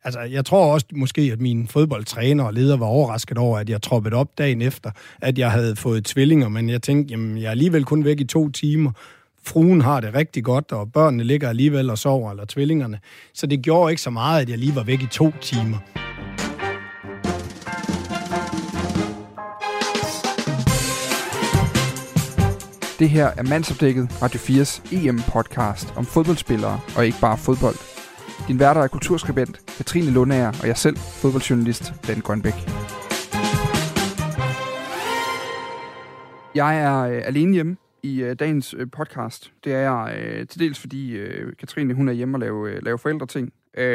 Altså, jeg tror også måske, at min fodboldtræner og leder var overrasket over, at jeg troppede op dagen efter, at jeg havde fået tvillinger, men jeg tænkte, jamen, jeg er alligevel kun væk i 2 timer. Fruen har det rigtig godt, og børnene ligger alligevel og sover, eller tvillingerne. Så det gjorde ikke så meget, at jeg lige var væk i 2 timer. Det her er Mandsopdækket, Radio 4's EM-podcast om fodboldspillere og ikke bare fodbold. Din værter er kulturskribent Katrine Lundager og jeg selv, fodboldjournalist Dan Grønbæk. Jeg er alene hjemme i dagens podcast. Det er jeg til dels fordi Katrine hun er hjemme og lave forældreting.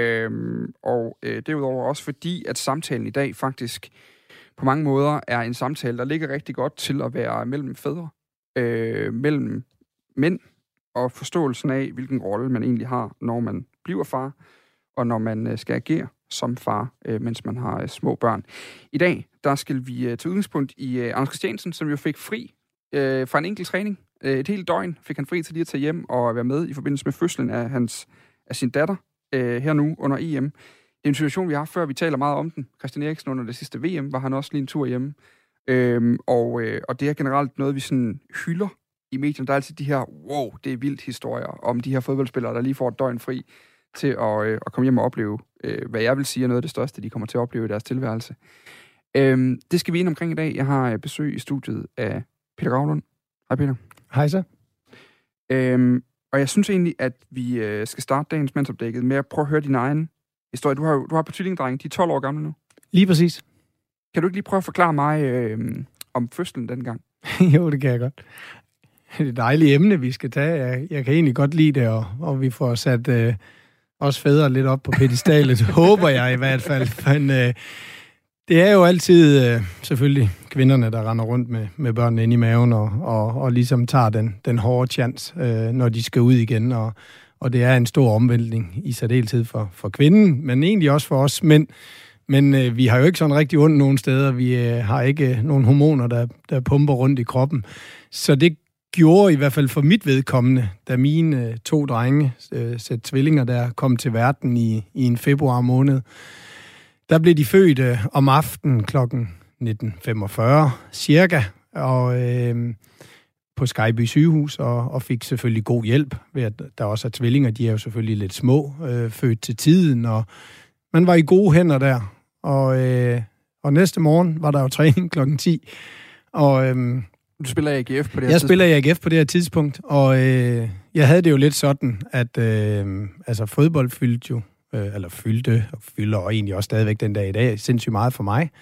Og derudover også fordi, at samtalen i dag faktisk på mange måder er en samtale, der ligger rigtig godt til at være mellem fædre. Mellem mænd og forståelsen af, hvilken rolle man egentlig har, når man bliver far, og når man skal agere som far, mens man har små børn. I dag, der skal vi til udgangspunkt i Anders Christiansen, som jo fik fri fra en enkelt træning. Et helt døgn fik han fri til lige at tage hjem og være med i forbindelse med fødslen af sin datter her nu under EM. Det er en situation, vi har haft før, vi taler meget om den. Christian Eriksen under det sidste VM var han også lige en tur hjemme. Og det er generelt noget, vi sådan hylder i medierne. Der er altid de her, det er vildt historier om de her fodboldspillere, der lige får et døgn fri til at komme hjem og opleve, hvad jeg vil sige er noget af det største, de kommer til at opleve i deres tilværelse. Det skal vi ind omkring i dag. Jeg har besøg i studiet af Peter Gravlund. Hej Peter. Hej så. Og jeg synes egentlig, at vi skal starte dagens Mandsopdækket med at prøve at høre din egen historie. Du har på tvillingedrenge, de er 12 år gamle nu. Lige præcis. Kan du ikke lige prøve at forklare mig om fødslen dengang? Jo, det kan jeg godt. Det er et dejligt emne, vi skal tage. Jeg kan egentlig godt lide det, og vi får sat os fædre lidt op på pedestalet, håber jeg i hvert fald. Men det er jo altid selvfølgelig kvinderne, der render rundt med børnene inde i maven og ligesom tager den hårde chance, når de skal ud igen. Og det er en stor omvæltning i særdeleshed for kvinden, men egentlig også for os mænd. Men vi har jo ikke sådan rigtig ondt nogen steder. Vi har ikke nogen hormoner, der pumper rundt i kroppen. Så det gjorde i hvert fald for mit vedkommende, da mine 2 drenge, sæt tvillinger, der kom til verden i en februar måned. Der blev de født om aftenen kl. 19.45 cirka, og på Skyby sygehus, og fik selvfølgelig god hjælp ved, at der også er tvillinger. De er jo selvfølgelig lidt små, født til tiden, og man var i gode hænder der. Og næste morgen var der jo træning kl. 10. Og du spiller i AGF på det her tidspunkt? Jeg spiller i AGF på det her tidspunkt, og jeg havde det jo lidt sådan, at fodbold fyldte og fylder, og egentlig også stadigvæk den dag i dag, sindssygt meget for mig.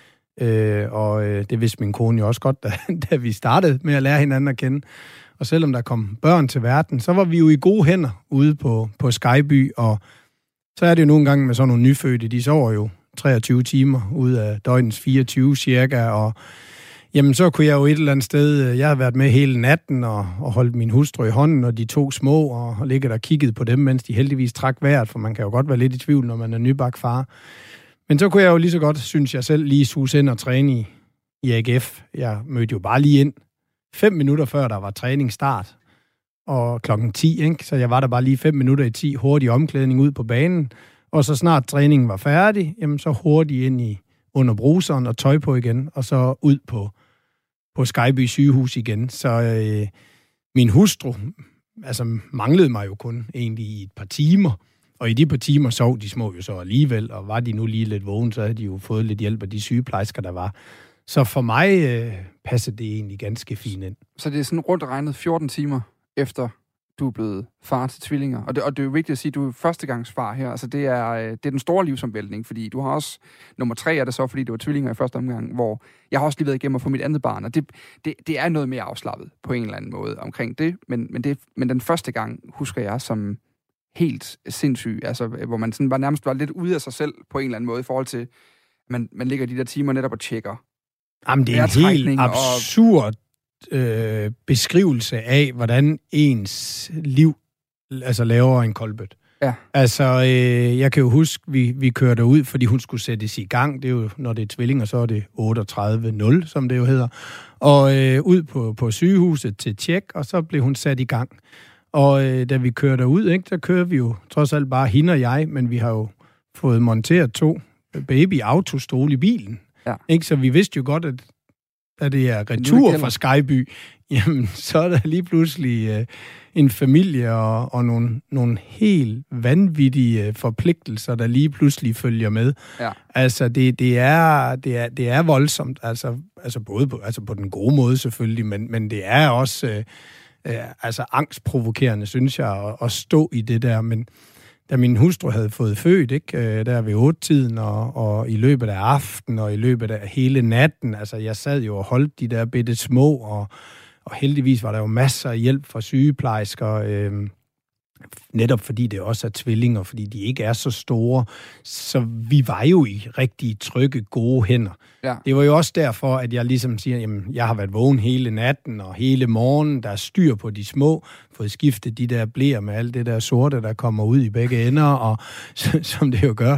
Og det vidste min kone jo også godt, da vi startede med at lære hinanden at kende. Og selvom der kom børn til verden, så var vi jo i gode hænder ude på Skyby, og så er det jo nogle gange med sådan nogle nyfødte, de sover jo 23 timer ud af døgnets 24 cirka, og jamen så kunne jeg jo et eller andet sted, jeg har været med hele natten og holdt min hustru i hånden, og de 2 små, og ligget og kigget på dem, mens de heldigvis trak vejret, for man kan jo godt være lidt i tvivl, når man er nybagt far. Men så kunne jeg jo lige så godt, synes jeg selv, lige suse ind og træne i AGF. Jeg mødte jo bare lige ind 5 minutter før der var træningsstart, og klokken 10, ikke? Så jeg var der bare lige 5 minutter i 10, hurtig omklædning ud på banen, og så snart træningen var færdig, jamen så hurtigt ind under bruseren og tøj på igen, og så ud på Skyby sygehus igen. Så min hustru manglede mig jo kun egentlig i et par timer, og i de par timer sov de små jo så alligevel, og var de nu lige lidt vågen, så havde de jo fået lidt hjælp af de sygeplejersker, der var. Så for mig passede det egentlig ganske fint ind. Så det er sådan rundt regnet 14 timer efter du er blevet far til tvillinger. Og det er jo vigtigt at sige, at du er førstegangsfar her. Altså det er den store livsomvæltning, fordi du har også nummer 3 er det så, fordi det var tvillinger i første omgang, hvor jeg har også lige været igennem at få mit andet barn, og det er noget mere afslappet på en eller anden måde omkring det, men den første gang husker jeg som helt sindssyg, altså hvor man sådan nærmest var lidt ude af sig selv på en eller anden måde i forhold til, man ligger de der timer netop og tjekker. Jamen det er en helt absurd beskrivelse af, hvordan ens liv laver en kolbøt. Ja. Altså, jeg kan jo huske, vi kørte ud, fordi hun skulle sættes i gang. Det er jo, når det er tvillinger, så er det 38.0, som det jo hedder. Og ud på sygehuset til tjek, og så blev hun sat i gang. Og da vi kørte ud, ikke, så kører vi jo trods alt bare hende og jeg, men vi har jo fået monteret 2 baby-autostole i bilen. Ja. Ikke? Så vi vidste jo godt, at det er retur fra Skyby, jamen, så er der lige pludselig en familie og nogle helt vanvittige forpligtelser, der lige pludselig følger med. Ja. Altså, det er voldsomt, altså både på den gode måde selvfølgelig, men det er også angstprovokerende, synes jeg, at stå i det der. Men da min hustru havde fået født, ikke, der ved 8-tiden, og i løbet af aftenen, og i løbet af hele natten, altså jeg sad jo og holdt de der bitte små, og heldigvis var der jo masser af hjælp fra sygeplejersker, netop fordi det også er tvillinger, fordi de ikke er så store. Så vi var jo i rigtig trygge, gode hænder. Ja. Det var jo også derfor, at jeg ligesom siger, jamen, jeg har været vågen hele natten og hele morgenen, der er styr på de små, fået skiftet de der bleer med alt det der sorte, der kommer ud i begge ender, og som det jo gør.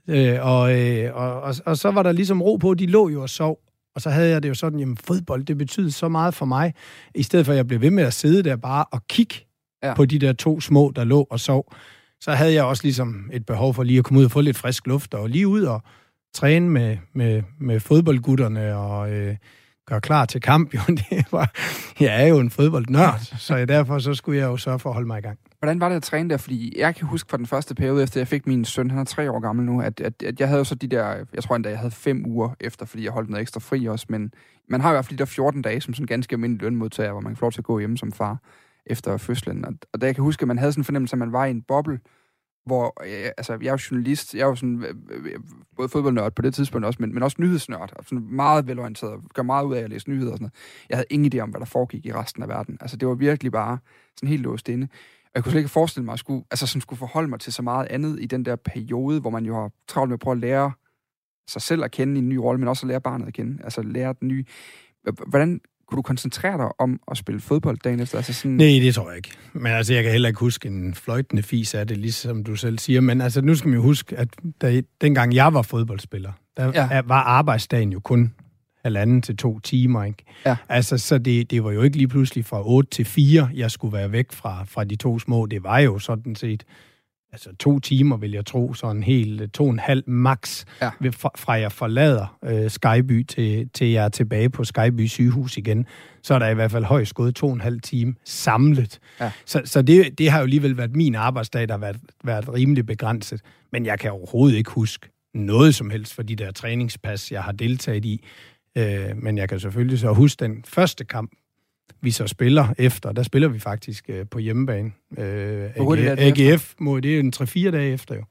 Og så var der ligesom ro på, de lå jo og sov. Og så havde jeg det jo sådan, jamen fodbold, det betyder så meget for mig, i stedet for at jeg blev ved med at sidde der bare og kigge på de der 2 små, der lå og sov. Så havde jeg også ligesom et behov for lige at komme ud og få lidt frisk luft, og lige ud og træne med fodboldgutterne og gøre klar til kamp. Jo, jeg er jo en fodboldnørd, så derfor så skulle jeg jo sørge for at holde mig i gang. Hvordan var det at træne der? Fordi jeg kan huske fra den første periode, efter jeg fik min søn, han er 3 år gammel nu, at jeg havde jo så de der, jeg tror endda, jeg havde 5 uger efter, fordi jeg holdt noget ekstra fri også, men man har i hvert fald de der 14 dage, som sådan ganske almindelig lønmodtager, hvor man kan få lov til at gå hjemme som far efter fødslen. Og da jeg kan huske, at man havde sådan en fornemmelse, at man var i en boble, hvor, jeg er jo journalist, jeg er jo sådan, både fodboldnørd på det tidspunkt også, men også nyhedsnørd, og sådan meget velorienteret, gør meget ud af at læse nyheder og sådan noget. Jeg havde ingen idé om, hvad der foregik i resten af verden. Altså, det var virkelig bare sådan helt låst inde. Og jeg kunne slet ikke forestille mig, at skulle forholde mig til så meget andet i den der periode, hvor man jo har travlt med at prøve at lære sig selv at kende i en ny rolle, men også at lære barnet at kende. Altså lære den nye. Hvordan kunne du koncentrere dig om at spille fodbold dagen efter? Altså sådan... Nej, det tror jeg ikke. Men altså, jeg kan heller ikke huske en fløjtende fis af det, ligesom du selv siger. Men altså, nu skal man jo huske, at dengang jeg var fodboldspiller, der var arbejdsdagen jo kun 1,5 til 2 timer, ikke? Ja. Altså, så det var jo ikke lige pludselig fra 8 til 4, jeg skulle være væk fra de 2 små. Det var jo sådan set, altså 2 timer, vil jeg tro, sådan helt 2,5 max, fra jeg forlader Skyby til jeg er tilbage på Skyby sygehus igen. Så er der i hvert fald højst gået 2,5 timer samlet. Ja. Så det har jo alligevel været min arbejdsdag, der har været rimelig begrænset. Men jeg kan overhovedet ikke huske noget som helst for de der træningspas, jeg har deltaget i. Men jeg kan selvfølgelig så huske den første kamp, vi så spiller efter. Der spiller vi faktisk på hjemmebane. AGF, det er en 3-4 dage efter jo.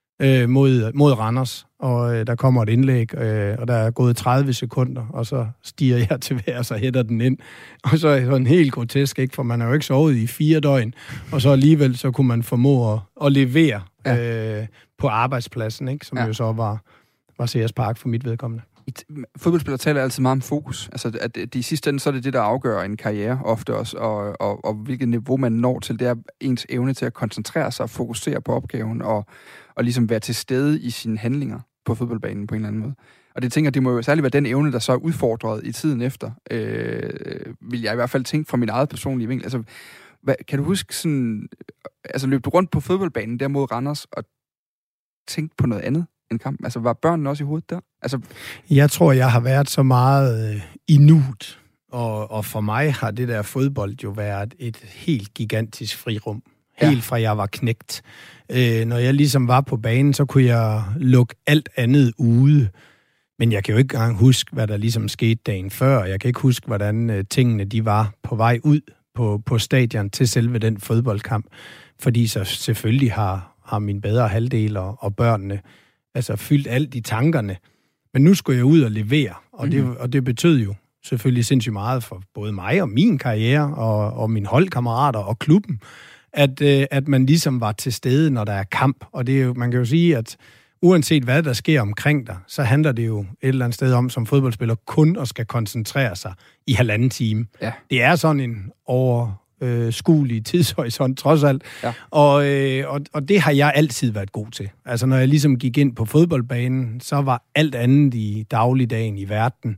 Mod Randers. Og der kommer et indlæg, og der er gået 30 sekunder, og så stiger jeg til vejr, og så hætter den ind. Og så er det helt grotesk, ikke? For man har jo ikke sovet i 4 døgn, og så alligevel så kunne man formå at levere på arbejdspladsen, ikke? Som jo så var CS Park for mit vedkommende. Fodboldspillere taler altid meget om fokus. Altså, at i sidste ende, så er det det, der afgør en karriere ofte også, og hvilket niveau man når til, det er ens evne til at koncentrere sig og fokusere på opgaven, og ligesom være til stede i sine handlinger på fodboldbanen på en eller anden måde. Og det tænker, det må jo særligt være den evne, der så er udfordret i tiden efter, vil jeg i hvert fald tænke fra min eget personlige vinkel. Altså, kan du huske sådan, altså løb du rundt på fodboldbanen der mod Randers, og tænkte på noget andet end kampen? Altså, var børnene også i hovedet der? Altså... Jeg tror, jeg har været så meget i nuet, og for mig har det der fodbold jo været et helt gigantisk frirum. Helt fra jeg var knægt. Når jeg ligesom var på banen, så kunne jeg lukke alt andet ude. Men jeg kan jo ikke engang huske, hvad der ligesom skete dagen før. Jeg kan ikke huske, hvordan tingene de var på vej ud på stadion til selve den fodboldkamp. Fordi så selvfølgelig har min bedre halvdel og børnene altså fyldt alt i tankerne. Men nu skulle jeg ud og levere, og det betød jo selvfølgelig sindssygt meget for både mig og min karriere, og mine holdkammerater og klubben, at man ligesom var til stede, når der er kamp. Og det er jo, man kan jo sige, at uanset hvad der sker omkring dig, så handler det jo et eller andet sted om, som fodboldspiller, kun at skal koncentrere sig i 1,5 time. Ja. Det er sådan en overskuelig tidshorisont, trods alt. Ja. Og det har jeg altid været god til. Altså, når jeg ligesom gik ind på fodboldbanen, så var alt andet i dagligdagen i verden.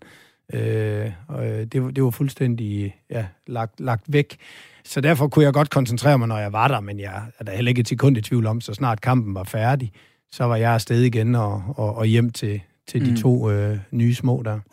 Det var fuldstændig lagt væk. Så derfor kunne jeg godt koncentrere mig, når jeg var der, men jeg er da heller ikke et sekund i tvivl om, så snart kampen var færdig, så var jeg afsted igen og hjem til de 2 nye små der.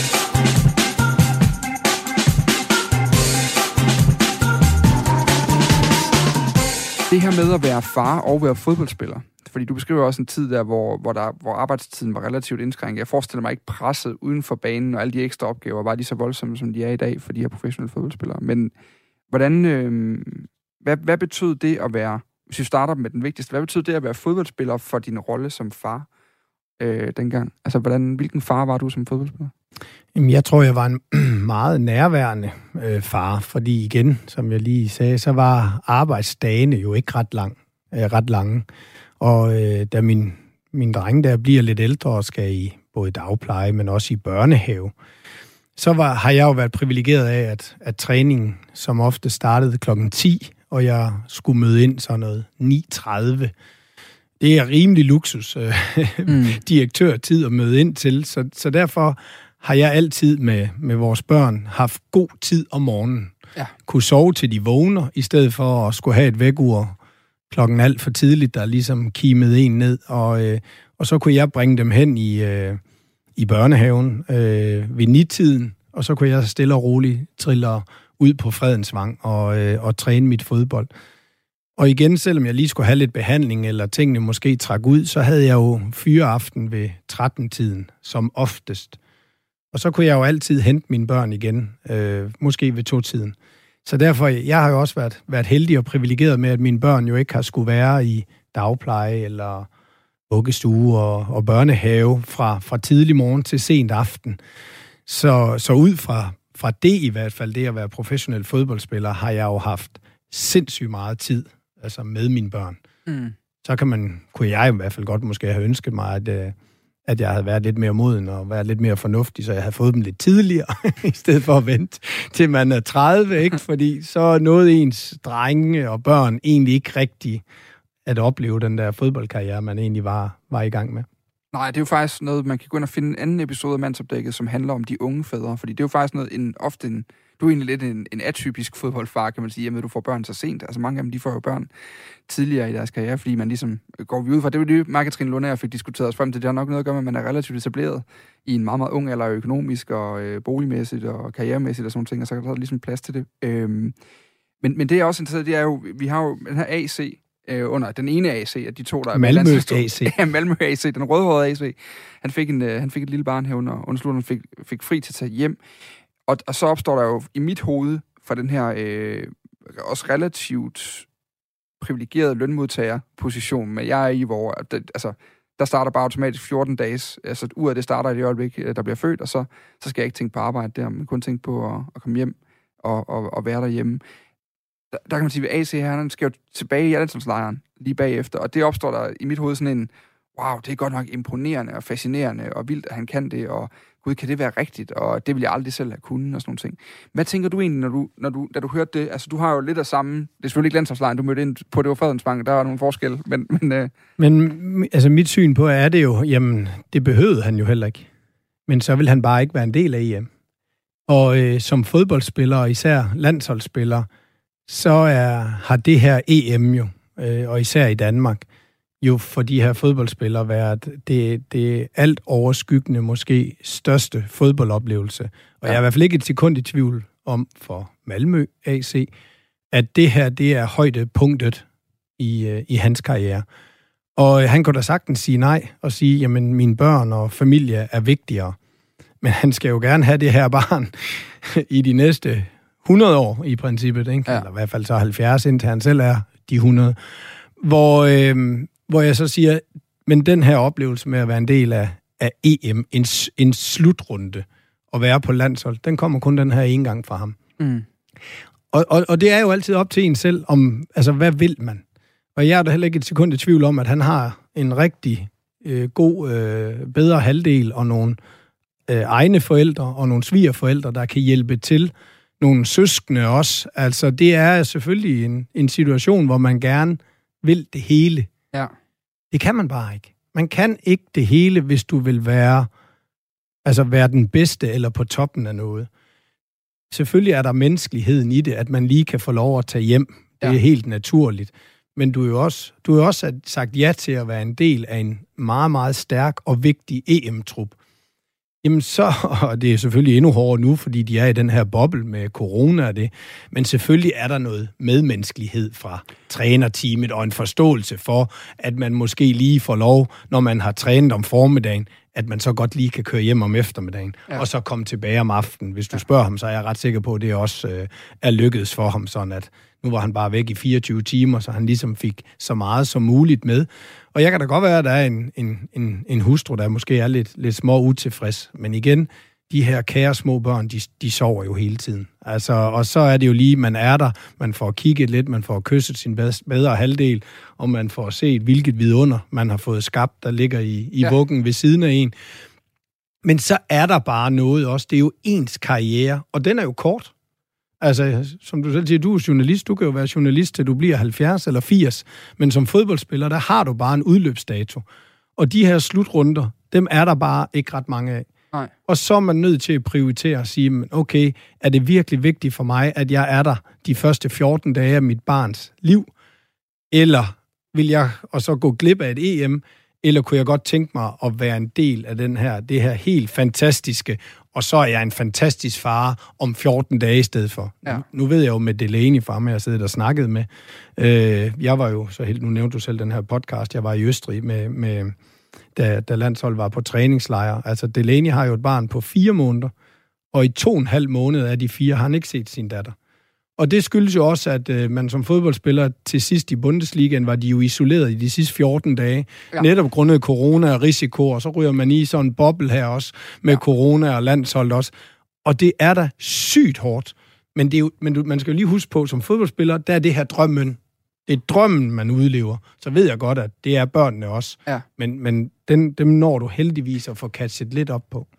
Det her med at være far og være fodboldspiller, fordi du beskriver også en tid der, hvor arbejdstiden var relativt indskrænket. Jeg forestiller mig ikke presset uden for banen, og alle de ekstra opgaver var de så voldsomme, som de er i dag for de her professionelle fodboldspillere. Men hvordan, hvad betød det at være, hvis vi starter med den vigtigste, hvad betød det at være fodboldspiller for din rolle som far dengang? Altså, hvilken far var du som fodboldspiller? Jamen, jeg tror, jeg var en meget nærværende far, fordi igen, som jeg lige sagde, så var arbejdsdagene jo ikke ret lange. Og da min dreng der bliver lidt ældre og skal i både dagpleje, men også i børnehave, så har jeg jo været privilegeret af, at træningen som ofte startede klokken 10, og jeg skulle møde ind sådan noget 9:30. Det er rimelig luksus direktørtid at møde ind til, så derfor har jeg altid med vores børn haft god tid om morgenen. Ja. Kunne sove til de vågner, i stedet for at skulle have et vækkeur klokken alt for tidligt, der ligesom kimede en ned. Og så kunne jeg bringe dem hen i børnehaven ved 9-tiden, og så kunne jeg stille og roligt trille ud på Fredensvang og træne mit fodbold. Og igen, selvom jeg lige skulle have lidt behandling, eller tingene måske trak ud, så havde jeg jo fyreaften ved 13-tiden, som oftest. Og så kunne jeg jo altid hente mine børn igen, måske ved 2-tiden. Så derfor, jeg har jo også været heldig og privilegeret med, at mine børn jo ikke har skulle være i dagpleje eller vuggestue og børnehave fra tidlig morgen til sent aften. Så ud fra det i hvert fald, det at være professionel fodboldspiller, har jeg jo haft sindssygt meget tid altså med mine børn. Så kunne jeg i hvert fald godt måske have ønsket mig, at jeg havde været lidt mere moden og været lidt mere fornuftig, så jeg havde fået dem lidt tidligere, i stedet for at vente til man er 30, ikke? Fordi så nåede ens drenge og børn egentlig ikke rigtigt at opleve den der fodboldkarriere, man egentlig var i gang med. Nej, det er jo faktisk noget, man kan gå ind og finde en anden episode af Mandsopdækket, som handler om de unge fædre, fordi det er jo faktisk noget, du er egentlig lidt en atypisk fodboldfar, kan man sige, at du får børn så sent. Altså mange af dem, de får jo børn tidligere i deres karriere, fordi man ligesom går ud fra. Det var det, Katrine Lundager og jeg fik diskuteret os frem til. Det har nok noget at gøre med, at man er relativt etableret i en meget, meget ung alder, økonomisk og boligmæssigt og karrieremæssigt og sådan ting, og så er der ligesom plads til det. Men det er også interessant, det er jo, vi har jo den her AC, under den ene AC, af de to, der er Malmø AC. Ja, Malmø AC, den rødhårede AC. Han fik et lille barn her under fik fri til at tage hjem. Og så opstår der jo i mit hoved fra den her også relativt privilegerede lønmodtagerposition, men jeg er i, hvor der starter bare automatisk 14 dages, altså ud af det starter i det øjeblik, der bliver født, og så skal jeg ikke tænke på arbejde der, men kun tænke på at komme hjem og være derhjemme. Der kan man sige, at AC her, han skal jo tilbage i landsholdslejren lige bagefter, og det opstår der i mit hoved sådan en, wow, det er godt nok imponerende og fascinerende og vildt, at han kan det, og gud, kan det være rigtigt, og det vil jeg aldrig selv have kunnet, og sådan nogle ting. Hvad tænker du egentlig, da du hørte det? Altså, du har jo lidt af samme, det er selvfølgelig ikke landsholdslejren, du mødte ind på, det var Fredensvang, der var nogle forskel, Men altså, mit syn på er det jo, jamen, det behøvede han jo heller ikke. Men så vil han bare ikke være en del af EM. Og som fodboldspiller, og især landsholdsspiller, så har det her EM jo, og især i Danmark, jo for de her fodboldspillere været det alt overskyggende, måske største fodboldoplevelse. Og jeg er i hvert fald ikke et sekund i tvivl om for Malmø AC, at det her, det er højdepunktet i hans karriere. Og han kunne da sagtens sige nej, og sige, jamen mine børn og familie er vigtigere. Men han skal jo gerne have det her barn i de næste 100 år i princippet, ikke? Ja. Eller i hvert fald så 70, indtil han selv er de 100. Hvor jeg så siger, men den her oplevelse med at være en del af EM, en slutrunde, og være på landshold, den kommer kun den her ene gang fra ham. Og det er jo altid op til en selv, om, altså hvad vil man? Og jeg er da heller ikke et sekund i tvivl om, at han har en rigtig god, bedre halvdel, og nogle egne forældre, og nogle svigerforældre, der kan hjælpe til. Nogle søskende også. Altså, det er selvfølgelig en situation, hvor man gerne vil det hele. Ja. Det kan man bare ikke. Man kan ikke det hele, hvis du vil være den bedste eller på toppen af noget. Selvfølgelig er der menneskeligheden i det, at man lige kan få lov at tage hjem. Det er helt naturligt. men du har jo også sagt ja til at være en del af en meget, meget stærk og vigtig EM-trup. Jamen så, og det er selvfølgelig endnu hårdere nu, fordi de er i den her boble med corona og det, men selvfølgelig er der noget medmenneskelighed fra trænerteamet og en forståelse for, at man måske lige får lov, når man har trænet om formiddagen, at man så godt lige kan køre hjem om eftermiddagen, og så komme tilbage om aftenen. Hvis du spørger ham, så er jeg ret sikker på, at det også er lykkedes for ham, sådan at nu var han bare væk i 24 timer, så han ligesom fik så meget som muligt med. Og jeg kan da godt være, at der er en hustru, der måske er lidt små utilfreds. Men igen, de her kære små børn, de sover jo hele tiden. Altså, og så er det jo lige, man er der, man får kigget lidt, man får kysset sin bedre halvdel, og man får set, hvilket vidunder man har fået skabt, der ligger i vuggen ved siden af en. Men så er der bare noget også. Det er jo ens karriere, og den er jo kort. Altså, som du selv siger, du er journalist, du kan jo være journalist, til du bliver 70 eller 80, men som fodboldspiller, der har du bare en udløbsdato. Og de her slutrunder, dem er der bare ikke ret mange af. Nej. Og så er man nødt til at prioritere og sige, okay, er det virkelig vigtigt for mig, at jeg er der de første 14 dage af mit barns liv? Eller vil jeg og så gå glip af et EM? Eller kunne jeg godt tænke mig at være en del af det her helt fantastiske, og så er jeg en fantastisk far om 14 dage i stedet for. Ja. Nu ved jeg jo med Delaney fra mig, jeg sidder og snakkede med. Jeg var jo så helt, nu nævnte du selv den her podcast, jeg var i Østrig med da landsholdet var på træningslejr. Altså Delaney har jo et barn på 4 måneder, og i 2,5 måneder af de 4 har han ikke set sin datter. Og det skyldes jo også, at man som fodboldspiller til sidst i Bundesligaen var de jo isoleret i de sidste 14 dage. Ja. Netop grundet corona og risiko, og så ryger man i sådan en boble her også med corona og landshold også. Og det er da sygt hårdt. Men, det er jo, man skal jo lige huske på, som fodboldspiller, der er det her drømmen. Det er drømmen, man udlever. Så ved jeg godt, at det er børnene også. Ja. Men dem når du heldigvis at få catchet lidt op på.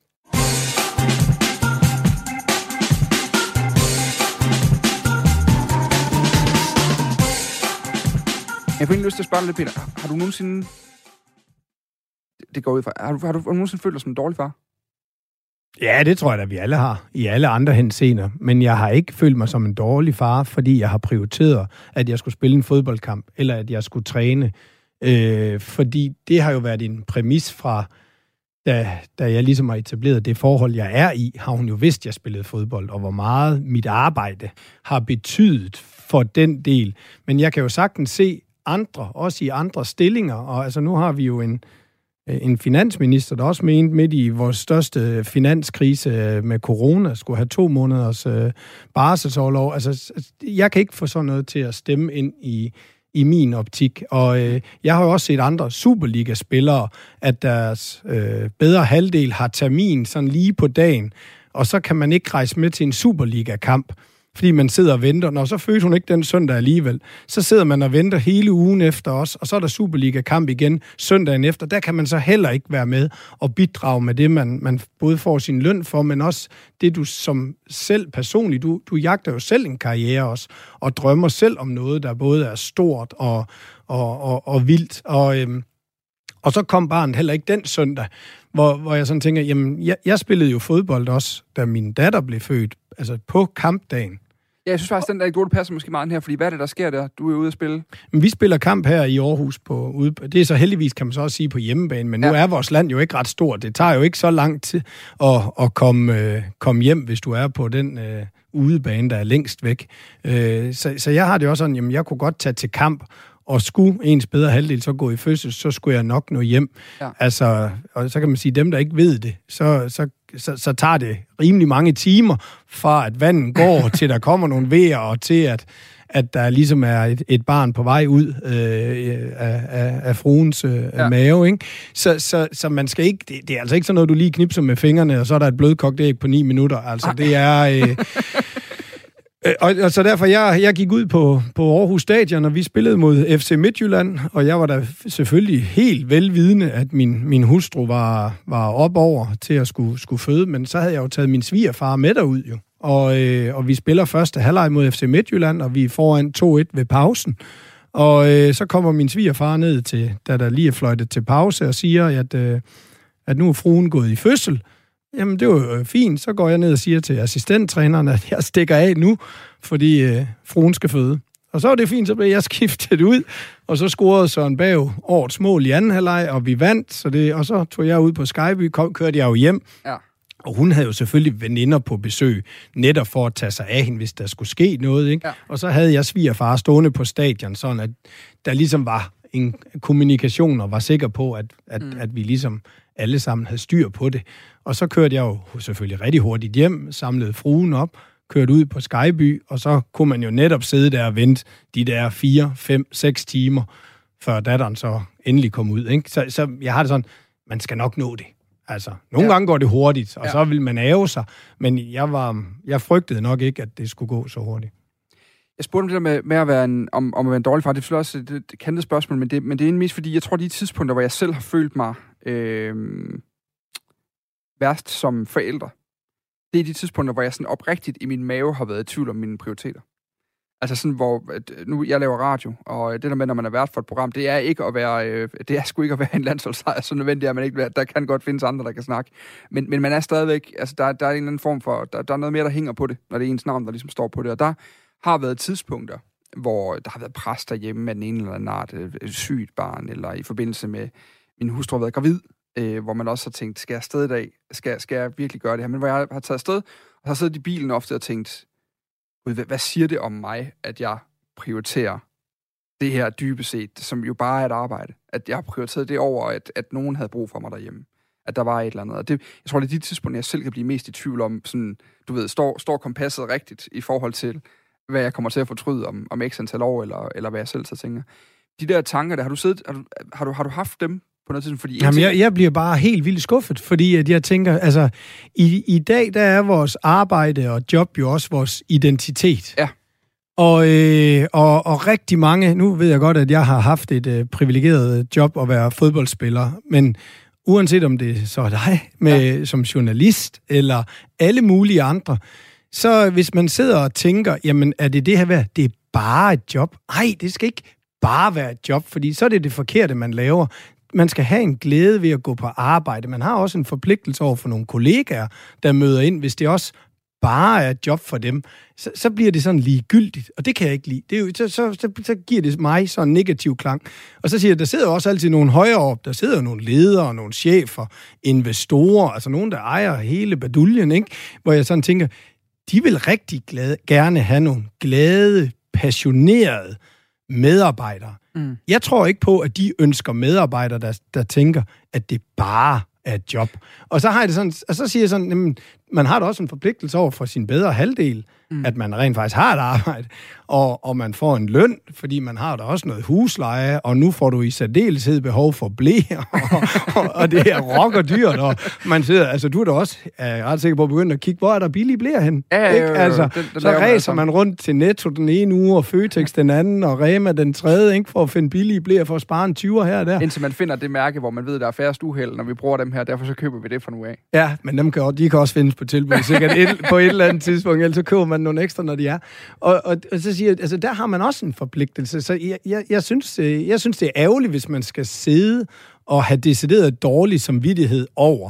Jeg får egentlig lyst til at spørge lidt, Peter. Har du nogensinde... Det går ud fra... Har du nogensinde følt dig som en dårlig far? Ja, det tror jeg da, vi alle har. I alle andre henseender. Men jeg har ikke følt mig som en dårlig far, fordi jeg har prioriteret, at jeg skulle spille en fodboldkamp, eller at jeg skulle træne. Fordi det har jo været en præmis fra... Da jeg ligesom har etableret det forhold, jeg er i, har hun jo vidst, at jeg spillede fodbold, og hvor meget mit arbejde har betydet for den del. Men jeg kan jo sagtens se andre, også i andre stillinger, og altså nu har vi jo en finansminister, der også mente midt i vores største finanskrise med corona, skulle have 2 måneders barselsorlov. Altså, jeg kan ikke få sådan noget til at stemme ind i min optik. Og jeg har jo også set andre Superliga-spillere, at deres bedre halvdel har termin sådan lige på dagen, og så kan man ikke rejse med til en Superliga-kamp, fordi man sidder og venter. Når så fødte hun ikke den søndag alligevel, så sidder man og venter hele ugen efter os, og så er der Superliga-kamp igen søndagen efter. Der kan man så heller ikke være med og bidrage med det, man både får sin løn for, men også det, du som selv personligt, du jagter jo selv en karriere også, og drømmer selv om noget, der både er stort og vildt. Og så kom barnet heller ikke den søndag, hvor jeg sådan tænker, jamen, jeg spillede jo fodbold også, da min datter blev født, altså på kampdagen. Ja, jeg synes faktisk, den anekdote passer måske meget her, fordi hvad er det, der sker der? Du er ude at spille. Men vi spiller kamp her i Aarhus det er så heldigvis, kan man så også sige, på hjemmebane, men nu er vores land jo ikke ret stort. Det tager jo ikke så lang tid at komme hjem, hvis du er på den udebane, der er længst væk. Så jeg har det også sådan, jamen, jeg kunne godt tage til kamp, og skulle ens bedre halvdel så gå i fødsel, så skulle jeg nok nå hjem. Ja. Altså, og så kan man sige, dem, der ikke ved det, så tager det rimelig mange timer, fra at vandet går, til der kommer nogle vejer, og til at der ligesom er et barn på vej ud af fruens mave, ikke? Så man skal ikke... Det er altså ikke sådan noget, du lige knipser med fingrene, og så er der et blødkogt æg på 9 minutter. Altså, det er... Og så derfor, jeg gik ud på Aarhus Stadion, og vi spillede mod FC Midtjylland, og jeg var da selvfølgelig helt velvidende, at min hustru var op over til at skulle føde, men så havde jeg jo taget min svigerfar med derud jo. Og vi spiller første halvleg mod FC Midtjylland, og vi er foran 2-1 ved pausen. Og så kommer min svigerfar ned til, da der lige er fløjtet til pause, og siger, at nu er fruen gået i fødsel. Jamen, det var jo fint. Så går jeg ned og siger til assistenttræneren, at jeg stikker af nu, fordi fruen skal føde. Og så var det fint, så blev jeg skiftet ud, og så scorede Søren Bag årets mål i anden halvleg, og vi vandt, og så tog jeg ud på Skyby, kørte jeg jo hjem. Ja. Og hun havde jo selvfølgelig veninder på besøg, netop for at tage sig af hende, hvis der skulle ske noget, ikke? Ja. Og så havde jeg svigerfar stående på stadion, sådan at der ligesom var en kommunikation, og var sikker på, at vi ligesom alle sammen havde styr på det. Og så kørte jeg jo selvfølgelig rigtig hurtigt hjem, samlede fruen op, kørte ud på Skyby, og så kunne man jo netop sidde der og vente de der 4, 5, 6 timer, før datteren så endelig kom ud, ikke? Så jeg har det sådan, man skal nok nå det. Altså, nogle gange går det hurtigt, og så vil man ære sig, men jeg frygtede nok ikke, at det skulle gå så hurtigt. Jeg spurgte om det der med at være om at være en dårlig far. Det er selvfølgelig også et kendt spørgsmål, men det er egentlig mest fordi, jeg tror, de tidspunkter, hvor jeg selv har følt mig værst som forælder, det er de tidspunkter, hvor jeg sådan oprigtigt i min mave har været i tvivl om mine prioriteter. Altså sådan, hvor nu jeg laver radio, og det der med, når man er vært for et program, det er ikke at være, det er sgu ikke at være en landsholdsejer, så nødvendigt er man ikke. Der kan godt findes andre, der kan snakke. Men man er stadigvæk, altså der er en eller anden form for, der er noget mere, der hænger på det, når det er ens navn, der ligesom står på det. Og der har været tidspunkter, hvor der har været pres derhjemme med den ene eller anden art, sygt barn, eller i forbindelse med min hustru har været gravid, hvor man også har tænkt, skal jeg afsted i dag? Skal jeg virkelig gøre det her? Men hvor jeg har taget afsted, og har siddet i bilen ofte og tænkt, hvad siger det om mig, at jeg prioriterer det her dybest set, som jo bare er et arbejde? At jeg har prioriteret det over, at nogen havde brug for mig derhjemme. At der var et eller andet. Og det, jeg tror, det er de tidspunkter, jeg selv kan blive mest i tvivl om, sådan, du ved, står kompasset rigtigt i forhold til, hvad jeg kommer til at fortryde om x antal år, eller hvad jeg selv så tænker. De der tanker der, har du haft dem på noget tidspunkt? Fordi jamen, jeg bliver bare helt vildt skuffet, fordi at jeg tænker, altså, i dag, der er vores arbejde og job jo også vores identitet. Ja. Og rigtig mange, nu ved jeg godt, at jeg har haft et privilegeret job at være fodboldspiller, men uanset om det så er dig som journalist, eller alle mulige andre, så hvis man sidder og tænker, jamen er det her værd? Det er bare et job. Nej, det skal ikke bare være et job, fordi så er det forkerte, man laver. Man skal have en glæde ved at gå på arbejde. Man har også en forpligtelse over for nogle kollegaer, der møder ind. Hvis det også bare er et job for dem, så bliver det sådan ligegyldigt, og det kan jeg ikke lide. Det er jo, så giver det mig sådan en negativ klang. Og så siger jeg, der sidder også altid nogle højere op, der sidder nogle ledere, nogle chefer, investorer, altså nogen, der ejer hele baduljen, ikke? Hvor jeg sådan tænker, de vil rigtig gerne have nogle glade, passionerede medarbejdere. Mm. Jeg tror ikke på, at de ønsker medarbejdere, der tænker, at det bare er et job. Og så har jeg det sådan, og så siger jeg sådan, jamen, man har da også en forpligtelse over for sin bedre halvdel, at man rent faktisk har et arbejde, og man får en løn, fordi man har da også noget husleje, og nu får du i særdeleshed behov for blæer, og det er rockerdyrt, og man sidder, altså du er da også ret sikker på at begynde at kigge, hvor er der billige blæer hen? Altså, så ræser man rundt til Netto den ene uge, og Føtex den anden, og Rema den tredje, ikke, for at finde billige blæer, for at spare en 20'er her og der. Indtil man finder det mærke, hvor man ved, der er færrest uheld, når vi bruger dem her, derfor så køber vi det fra nu af. Ja, men de kan også findes på tilbud, sikkert på et eller andet tidspunkt, ellers så køber man nogle ekstra, når de er. Og så siger jeg, altså der har man også en forpligtelse. Så jeg synes, det er ærgerligt, hvis man skal sidde og have decideret dårlig samvittighed over,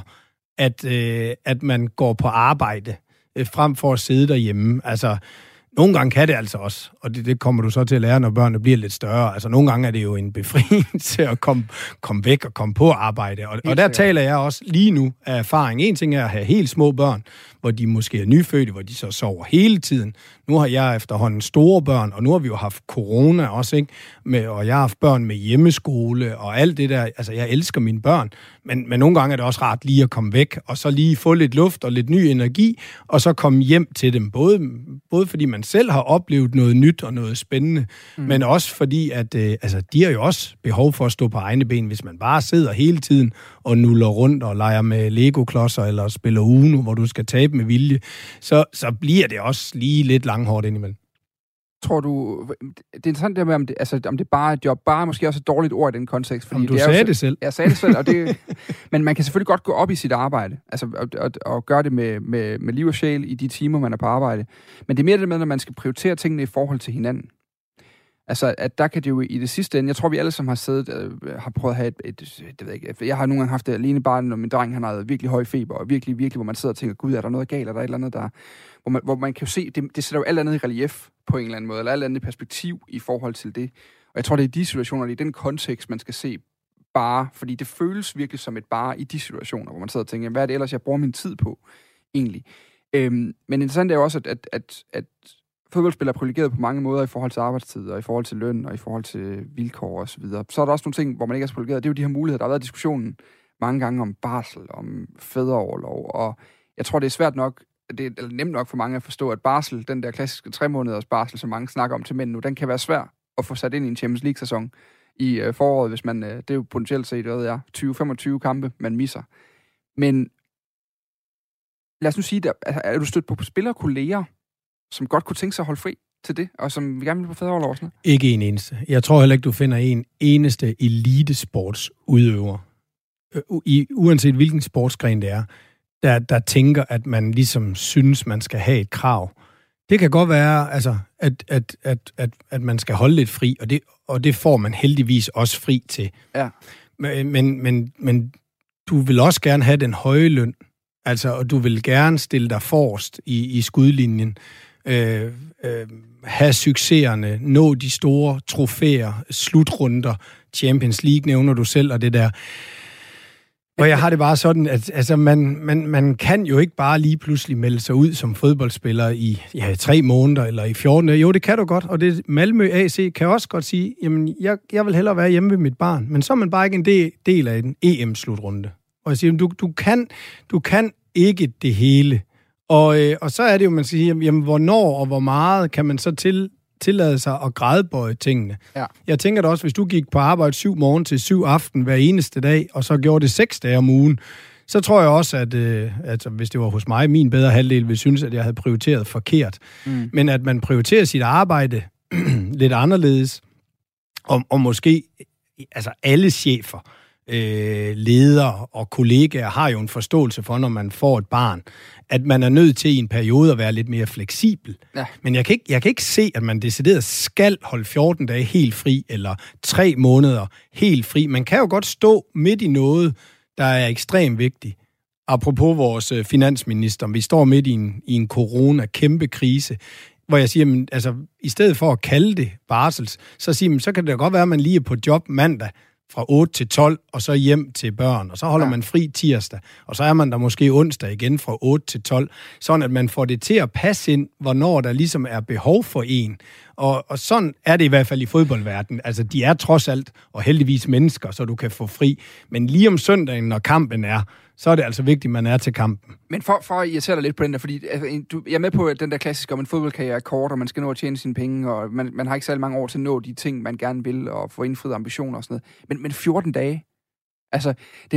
at man går på arbejde, frem for at sidde derhjemme. Altså, nogle gange kan det altså også, og det kommer du så til at lære, når børnene bliver lidt større. Altså, nogle gange er det jo en befrielse at komme væk og komme på arbejde. Og der taler jeg også lige nu af erfaring. En ting er at have helt små børn, hvor de måske er nyfødte, hvor de så sover hele tiden. Nu har jeg efterhånden store børn, og nu har vi jo haft corona også, ikke? Og jeg har haft børn med hjemmeskole og alt det der. Altså, jeg elsker mine børn, men nogle gange er det også rart lige at komme væk, og så lige få lidt luft og lidt ny energi, og så komme hjem til dem. Både fordi man selv har oplevet noget nyt og noget spændende, men også fordi, at de har jo også behov for at stå på egne ben, hvis man bare sidder hele tiden og nuller rundt og leger med Lego-klodser eller spiller Uno, hvor du skal tabe med vilje, så bliver det også lige lidt langhårdt indimellem. Tror du, det er interessant det med, om det bare er et job, bare måske også et dårligt ord i den kontekst. Fordi du sagde det selv. Jeg sagde det selv, men man kan selvfølgelig godt gå op i sit arbejde, altså og gøre det med liv og sjæl i de timer, man er på arbejde. Men det er mere det med, når man skal prioritere tingene i forhold til hinanden. Altså, at der kan det jo i det sidste ende, jeg tror, vi alle som har siddet, har prøvet at have det ved jeg ikke, jeg har nogle gange haft det alene bare, når min dreng, han har virkelig høj feber, og virkelig, hvor man sidder og tænker, gud, er der noget galt, er der et eller andet, der, hvor man kan jo se, det sætter jo alt andet i relief på en eller anden måde, eller alt andet i perspektiv i forhold til det. Og jeg tror, det er i de situationer, det er den kontekst, man skal se bare, fordi det føles virkelig som et bare i de situationer, hvor man sidder og tænker, hvad er det ellers, jeg bruger min tid på, egentlig. Men interessant er jo også, at fodboldspillere er privilegeret på mange måder i forhold til arbejdstid, og i forhold til løn, og i forhold til vilkår og så videre. Så er der også nogle ting, hvor man ikke er så privilegeret. Det er jo de her muligheder. Der har været diskussionen mange gange om barsel, om fædreorlov, og jeg tror, det er svært nok, det er nemt nok for mange at forstå, at barsel, den der klassiske 3-måneders barsel, som mange snakker om til mænd nu, den kan være svær at få sat ind i en Champions League-sæson i foråret, hvis man, det er jo potentielt set, 20-25 kampe, man misser. Men lad os nu sige, er du stødt på spillerkolleger, som godt kunne tænke sig at holde fri til det, og som vi gerne vil på fædreorlov og sådan noget? Ikke en eneste. Jeg tror heller ikke, du finder en eneste elitesportsudøver, uanset hvilken sportsgren det er, der tænker, at man ligesom synes, man skal have et krav. Det kan godt være, altså, at man skal holde lidt fri, og det får man heldigvis også fri til. Ja. Men du vil også gerne have den høje løn, altså, og du vil gerne stille dig forrest i skudlinjen, have succeserne, nå de store trofæer, slutrunder, Champions League nævner du selv, og det der. Og jeg har det bare sådan, at altså, man kan jo ikke bare lige pludselig melde sig ud som fodboldspiller i 3 måneder eller i 14 dage. Jo, det kan du godt, og det Malmø AC kan også godt sige, jamen, jeg vil hellere være hjemme ved mit barn, men så er man bare ikke en del af en EM-slutrunde. Og jeg siger, du kan ikke det hele. Og så er det jo, man siger, jamen, hvornår og hvor meget kan man så tillade sig at gradbøje tingene. Ja. Jeg tænker da også, hvis du gik på arbejde 7 morgen til 7 aften hver eneste dag, og så gjorde det 6 dage om ugen, så tror jeg også, at hvis det var hos mig, min bedre halvdel ville synes, at jeg havde prioriteret forkert. Men at man prioriterer sit arbejde lidt anderledes, og måske altså alle chefer, ledere og kollegaer har jo en forståelse for, når man får et barn, at man er nødt til i en periode at være lidt mere fleksibel. Ja. Men jeg kan ikke se, at man decideret skal holde 14 dage helt fri, eller 3 måneder helt fri. Man kan jo godt stå midt i noget, der er ekstremt vigtigt. Apropos vores finansminister, vi står midt i en corona-kæmpe krise, hvor jeg siger, men, altså, i stedet for at kalde det barsels, så kan det godt være, at man lige er på job mandag, fra 8 til 12, og så hjem til børn, og så holder man fri tirsdag, og så er man der måske onsdag igen fra 8 til 12, sådan at man får det til at passe ind, hvornår der ligesom er behov for en. Og sådan er det i hvert fald i fodboldverdenen. Altså, de er trods alt, og heldigvis mennesker, så du kan få fri. Men lige om søndagen, når kampen er, så er det altså vigtigt, at man er til kampen. Men for at irritere dig lidt på den der, fordi jeg er med på den der klassiske, om en fodboldkarriere er kort, og man skal nå at tjene sine penge, og man har ikke særlig mange år til at nå de ting, man gerne vil, og få indfriet ambitioner og sådan noget. Men 14 dage, altså,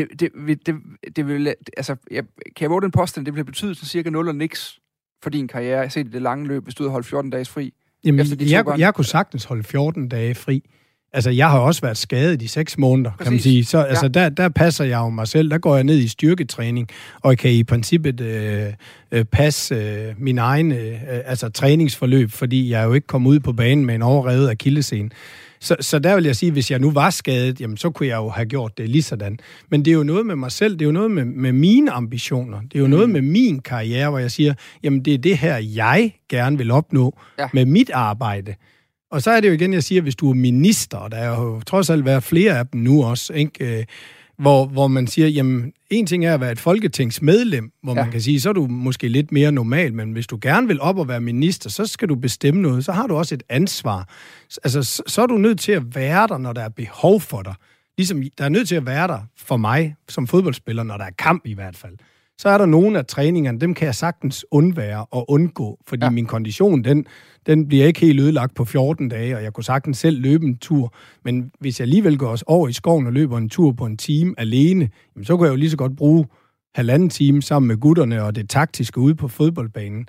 det vil, altså, kan jeg våge den påstand, det vil betyde sådan cirka 0 og niks for din karriere, jeg set i det lange løb, hvis du havde holdt 14 dages fri. Jamen, jeg kunne sagtens holde 14 dage fri. Altså, jeg har også været skadet i 6 måneder, kan man sige. Så altså, der passer jeg jo mig selv. Der går jeg ned i styrketræning, og jeg kan i princippet passe min egen træningsforløb, fordi jeg jo ikke kom ud på banen med en overrevet akillescene. Så der vil jeg sige, hvis jeg nu var skadet, jamen, så kunne jeg jo have gjort det lige sådan. Men det er jo noget med mig selv, det er jo noget med mine ambitioner, det er jo noget med min karriere, hvor jeg siger, jamen det er det her, jeg gerne vil opnå med mit arbejde. Og så er det jo igen, jeg siger, hvis du er minister, og der er jo trods alt været flere af dem nu også, ikke? Hvor man siger, jamen, en ting er at være et folketingsmedlem, hvor man kan sige, så er du måske lidt mere normal, men hvis du gerne vil op og være minister, så skal du bestemme noget, så har du også et ansvar. Altså, så er du nødt til at være der, når der er behov for dig. Ligesom der er nødt til at være der for mig som fodboldspiller, når der er kamp i hvert fald. Så er der nogle af træningerne, dem kan jeg sagtens undvære og undgå, fordi min kondition, den bliver ikke helt ødelagt på 14 dage, og jeg kunne sagtens selv løbe en tur. Men hvis jeg alligevel går over i skoven og løber en tur på en time alene, jamen, så kan jeg jo lige så godt bruge 1,5 time sammen med gutterne og det taktiske ude på fodboldbanen.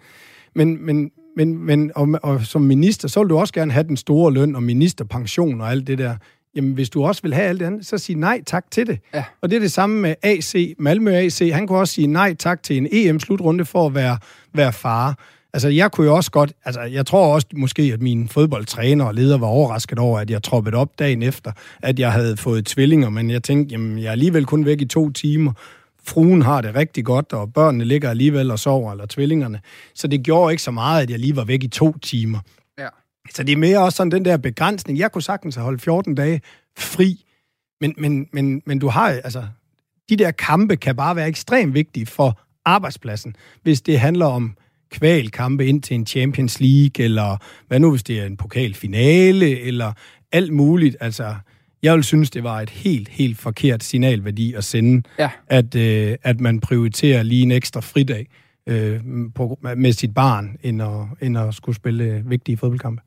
Men som minister, så vil du også gerne have den store løn og ministerpension og alt det der. Jamen, hvis du også vil have alt det andet, så sig nej tak til det. Ja. Og det er det samme med AC, Malmø AC. Han kunne også sige nej tak til en EM-slutrunde for at være far. Altså, jeg kunne jo også godt... Altså, jeg tror også måske, at min fodboldtræner og leder var overrasket over, at jeg troppede op dagen efter, at jeg havde fået tvillinger, men jeg tænkte, jamen, jeg er alligevel kun væk i 2 timer. Fruen har det rigtig godt, og børnene ligger alligevel og sover, eller tvillingerne. Så det gjorde ikke så meget, at jeg lige var væk i 2 timer. Ja. Så det er mere også sådan den der begrænsning. Jeg kunne sagtens have holdt 14 dage fri, men du har... Altså, de der kampe kan bare være ekstremt vigtige for arbejdspladsen, hvis det handler om kvalkampe ind til en Champions League, eller hvad nu, hvis det er en pokalfinale, eller alt muligt. Altså, jeg vil synes, det var et helt forkert signalværdi at sende, at man prioriterer lige en ekstra fridag med sit barn, end at skulle spille vigtige fodboldkampe.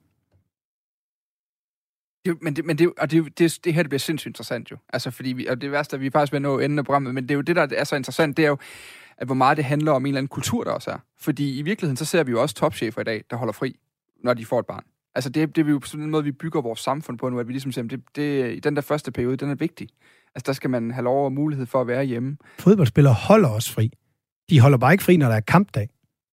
Det her det bliver sindssygt interessant jo. Altså, fordi og det værste, at vi er faktisk ved at nå enden af programmet, men det er jo det, der er så interessant, det er jo, at hvor meget det handler om en eller anden kultur, der også er. Fordi i virkeligheden, så ser vi jo også topchefer i dag, der holder fri, når de får et barn. Altså, det er jo på sådan en måde, vi bygger vores samfund på nu, at vi ligesom siger, at den der første periode, den er vigtig. Altså, der skal man have lov og mulighed for at være hjemme. Fodboldspillere holder også fri. De holder bare ikke fri, når der er kampdag.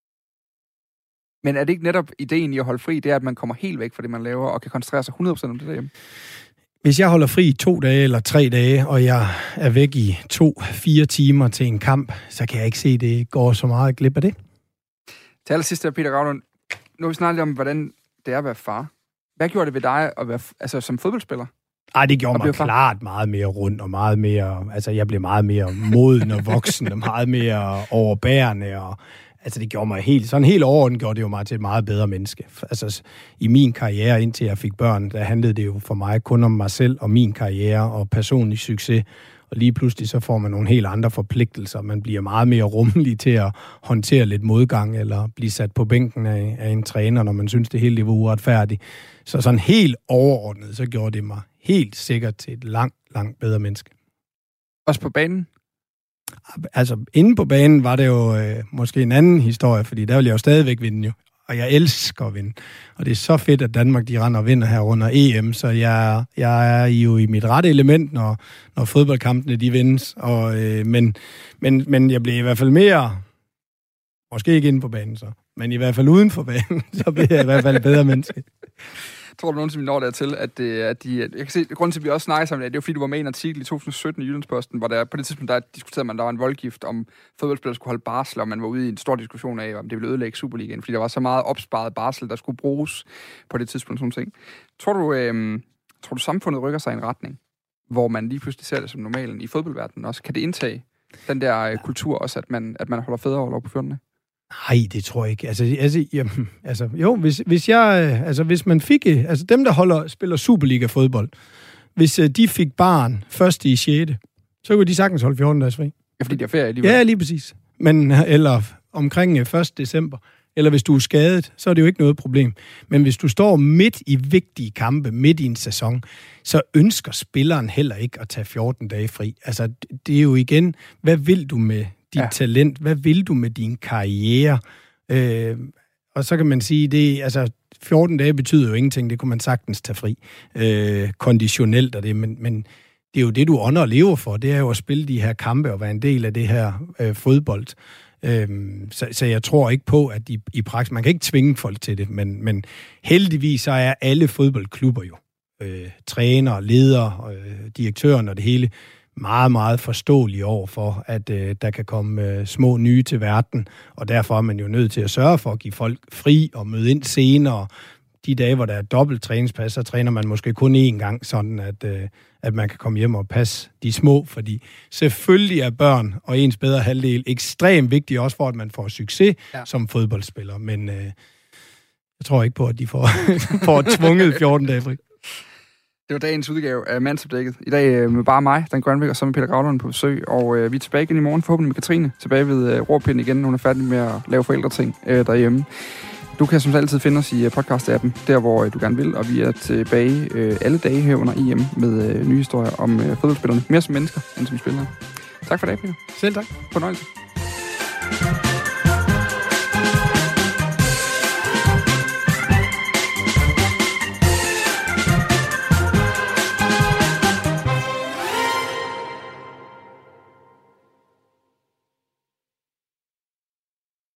Men er det ikke netop ideen i at holde fri, det er, at man kommer helt væk fra det, man laver, og kan koncentrere sig 100% om det derhjemme? Hvis jeg holder fri 2 dage eller 3 dage, og jeg er væk i 2-4 timer til en kamp, så kan jeg ikke se, at det går så meget glip af det. Til allersidst, Peter Ravlund, nu har vi snakket om, hvordan det er at være far. Hvad gjorde det ved dig at være, som fodboldspiller? Ej, det gjorde mig klart meget mere rundt, og meget mere... Altså, jeg blev meget mere moden og voksen, og meget mere overbærende, og... Altså, det gjorde mig helt overordnet gjorde det jo mig til et meget bedre menneske. Altså, i min karriere, indtil jeg fik børn, der handlede det jo for mig kun om mig selv og min karriere og personlig succes. Og lige pludselig så får man nogle helt andre forpligtelser. Man bliver meget mere rummelig til at håndtere lidt modgang, eller blive sat på bænken af en træner, når man synes, det hele var uretfærdigt. Så sådan helt overordnet, så gjorde det mig helt sikkert til et langt bedre menneske. Også på banen? Altså, inde på banen var det jo måske en anden historie, fordi der vil jeg jo stadigvæk vinde jo. Og jeg elsker at vinde. Og det er så fedt, at Danmark, de render og vinder her under EM, så jeg er jo i mit rette element, når fodboldkampene, de vindes. Og, men jeg bliver i hvert fald mere, måske ikke inde på banen så, men i hvert fald uden for banen, så bliver jeg i hvert fald et bedre menneske. Tror du nogensinde, vi når dertil, at jeg kan se, grunden til, at vi også snakker sammen, det er jo fordi, du var med i en artikel i 2017 i Jyllandsposten, hvor der på det tidspunkt, der diskuterede man, der var en voldgift om fodboldspillere skulle holde barsel, og man var ude i en stor diskussion af, om det ville ødelægge Superligaen, fordi der var så meget opsparet barsel, der skulle bruges på det tidspunkt, sådan ting. Tror du samfundet rykker sig i en retning, hvor man lige pludselig ser det som normalen i fodboldverdenen også? Kan det indtage den der kultur også, at man holder fædreorlov på 14. Nej, det tror jeg ikke. Hvis man fik... Altså, dem, der spiller Superliga-fodbold, hvis de fik barn først i 6., så kunne de sagtens holde 14 dages fri. Ja, fordi de har ferie alligevel. Ja, lige præcis. Eller omkring 1. december. Eller hvis du er skadet, så er det jo ikke noget problem. Men hvis du står midt i vigtige kampe, midt i en sæson, så ønsker spilleren heller ikke at tage 14 dage fri. Altså, det er jo igen, hvad vil du med dit talent? Hvad vil du med din karriere? Og så kan man sige, 14 dage betyder jo ingenting, det kunne man sagtens tage fri. Konditionelt og det, men det er jo det, du ånder og lever for, det er jo at spille de her kampe og være en del af det her fodbold. Så jeg tror ikke på, at i praksis, man kan ikke tvinge folk til det, men heldigvis så er alle fodboldklubber jo, træner, ledere, direktøren og det hele, meget, meget forståelige over for, at der kan komme små nye til verden, og derfor er man jo nødt til at sørge for at give folk fri og møde ind senere. De dage, hvor der er dobbelt træningspas, så træner man måske kun én gang, sådan at man kan komme hjem og passe de små, fordi selvfølgelig er børn og ens bedre halvdel ekstremt vigtige, også for at man får succes som fodboldspiller, men jeg tror ikke på, at de får tvunget 14 dage fri. Det var dagens udgave af Mandsopdækket. I dag med bare mig, Dan Grønbæk, og så med Peter Ravlund på besøg. Og vi er tilbage igen i morgen, forhåbentlig med Katrine. Tilbage ved Råpind igen. Hun er færdig med at lave forældreting derhjemme. Du kan som altid finde os i podcast-appen, der hvor du gerne vil. Og vi er tilbage alle dage her under EM med nye historier om fodboldspillerne. Mere som mennesker end som spillere. Tak for i dag, Peter. Selv tak. Fornøjelse.